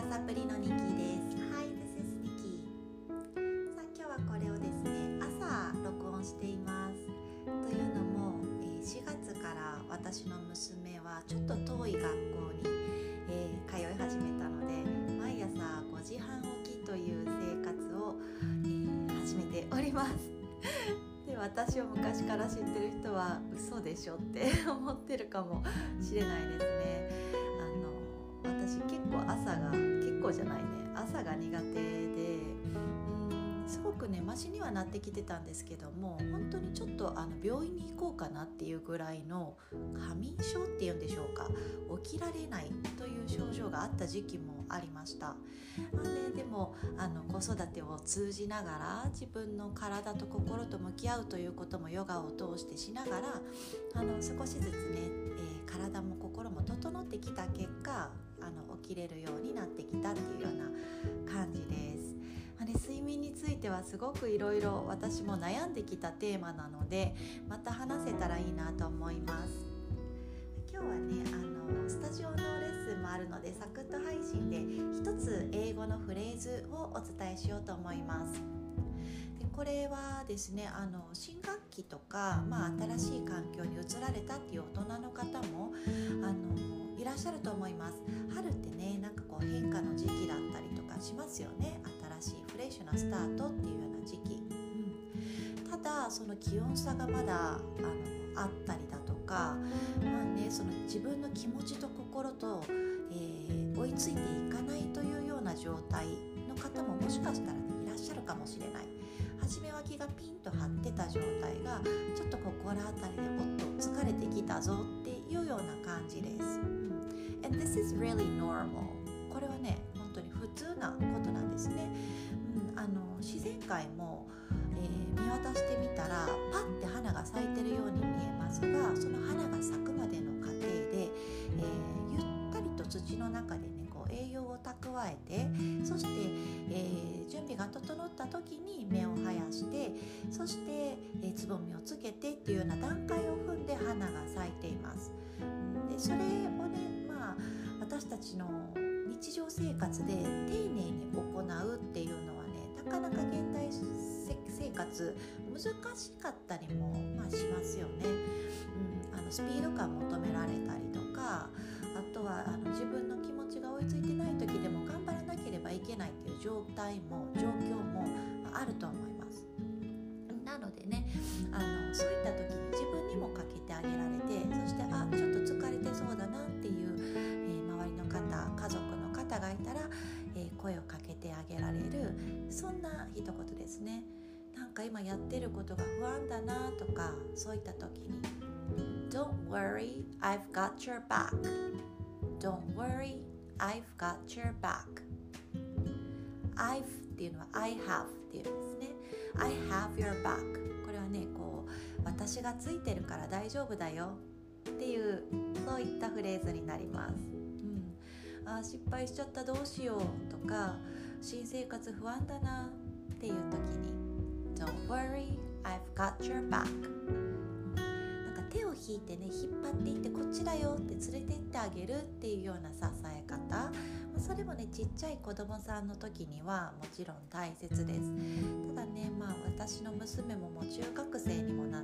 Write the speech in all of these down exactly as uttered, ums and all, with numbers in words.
朝プリのニキです。 Hi, this is Nikki。 さあ今日はこれをですね朝録音しています。というのも、えー、しがつから私の娘はちょっと遠い学校に、えー、通い始めたので毎朝ごじはん起きという生活を、えー、始めておりますで私を昔から知ってる人は嘘でしょって思ってるかもしれないですね。あの私結構朝が結構じゃないね朝が苦手で、うんすごくねマシにはなってきてたんですけども、本当にちょっとあの病院に行こうかなっていうぐらいの過眠症っていうんでしょうか、起きられないという症状があった時期もありました。まあね、でもあの子育てを通じながら自分の体と心と向き合うということもヨガを通してしながらあの少しずつね、えー、体も心も整ってきた結果あの起きれるようになってきたっていうような感じです。まあね、睡眠についてはすごくいろいろ私も悩んできたテーマなのでまた話せたらいいなと思います。今日はねあのスタジオのレッスンもあるのでサクッと配信で一つ英語のフレーズをお伝えしようと思います。でこれはですねあの新学期とか、まあ、新しい環境に移られたっていう大人の方もあのいらっしゃると思います。春ってねなんかこう変化の時期だったりとかしますよね。新しいフレッシュなスタートっていうような時期、うん、ただその気温差がまだあのあったりだとか、まあね、その自分の気持ちと心と、えー、追いついていかないというような状態の方ももしかしたら、ね、いらっしゃるかもしれない。初め脇がピンと張ってた状態がちょっと心当たりでおっと疲れてきたぞっていうような感じです、うん、And this is really normal。 これはね本当に普通なことなんですね、うん、あの自然界も、えー、見渡してみたらパッて花が咲いてるように見えますが、その花が咲くまでの過程で、えー、ゆったりと土の中でねこう栄養を蓄えて、そして、えー、準備が整った時に芽を生やして、そして、えー、つぼみをつけてっていうような段階を踏んで花が咲いています。でそれをね、まあ、私たちの日常生活で丁寧に行うっていうのはねなかなか現代生活難しかったりも、まあ、しますよね、うん、あのスピード感求められたりとか、あとはあの自分の気持ちが追いついてない時でも頑張らなければいけないっていう状態も状況もあると思います。なのでねあのそういった時に自分にもかけてあげられて、そしてあちょっと疲れてそうだなっていう、えー、周りの方家族の方がいたら、えー、声をかけてあげられる、そんな一言ですね。なんか今やってることが不安だなとか、そういった時に Don't worry, I've got your back. Don't worry, I've got your back. I've っていうのは I have っていうんですね。I have your back。 これはねこう私がついてるから大丈夫だよっていうそういったフレーズになります、うん、あ失敗しちゃったどうしようとか、新生活不安だなっていう時に Don't worry, I've got your back。 なんか手を引いてね引っ張っていってこっちだよって連れて行ってあげるっていうような支え方、それもねちっちゃい子供さんの時にはもちろん大切です。ただねまあ私の娘ももう中学生にもなって、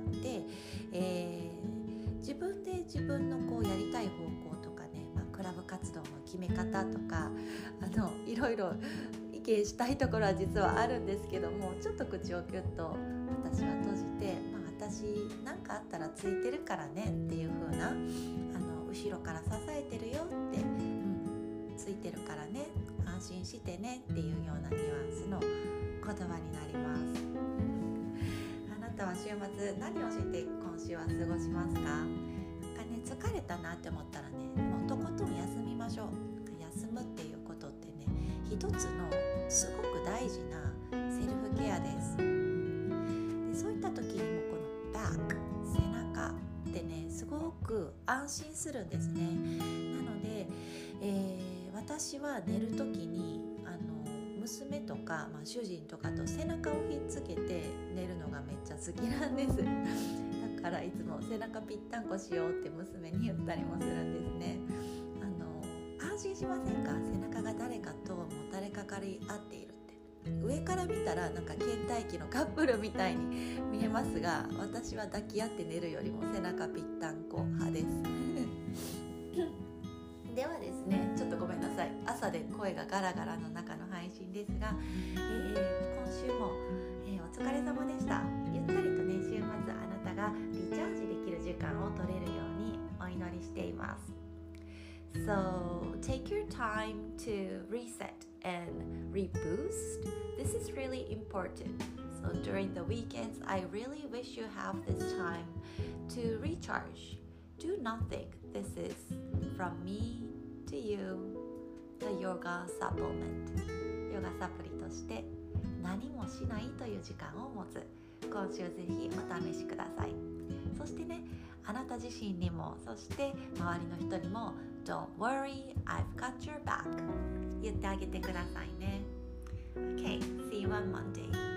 えー、自分で自分のこうやりたい方向とかね、まあ、クラブ活動の決め方とかあのいろいろ意見したいところは実はあるんですけども、ちょっと口をキュッと私は閉じて、まあ、私なんかあったらついてるからねっていう風なあの後ろから支えてるよって、うん、ついてるからね安心してねっていうようなニュアンスの言葉になります。あなたは週末何をして今週は過ごしますか？なんかね疲れたなって思ったらねもうとことん休みましょう。休むっていうことってね一つのすごく大事なセルフケアです。でそういった時にもこのバック背中ってねすごく安心するんですね。なので、えー、私は寝る時にあの娘とか、まあ、主人とかと背中をひっつけて寝るのがめっちゃ好きなんです。だからいつも背中ぴったんこしようって娘に言ったりもするんですね。あの安心しませんか？背中が誰かともたれかかり合っているって。上から見たらなんか倦怠期のカップルみたいに見えますが、私は抱き合って寝るよりも背中ぴったんこ派ですではですね、ちょっとごめんなさい、朝で声がガラガラの中の配信ですが、えー、今週も、えー、お疲れ様でした。ゆったりとね、週末あなたがリチャージできる時間を取れるようにお祈りしています。So take your time to reset and reboost. This is really important. So during the weekends, I really wish you have this time to recharge. Do nothing. This is from me to you, the yoga supplement. ヨガサプリとして何もしないという時間を持つ。今週ぜひお試しください。そしてね、あなた自身にも、そして周りの人にも Don't worry, I've got your back 言ってあげてくださいね。 Okay, see you on Monday.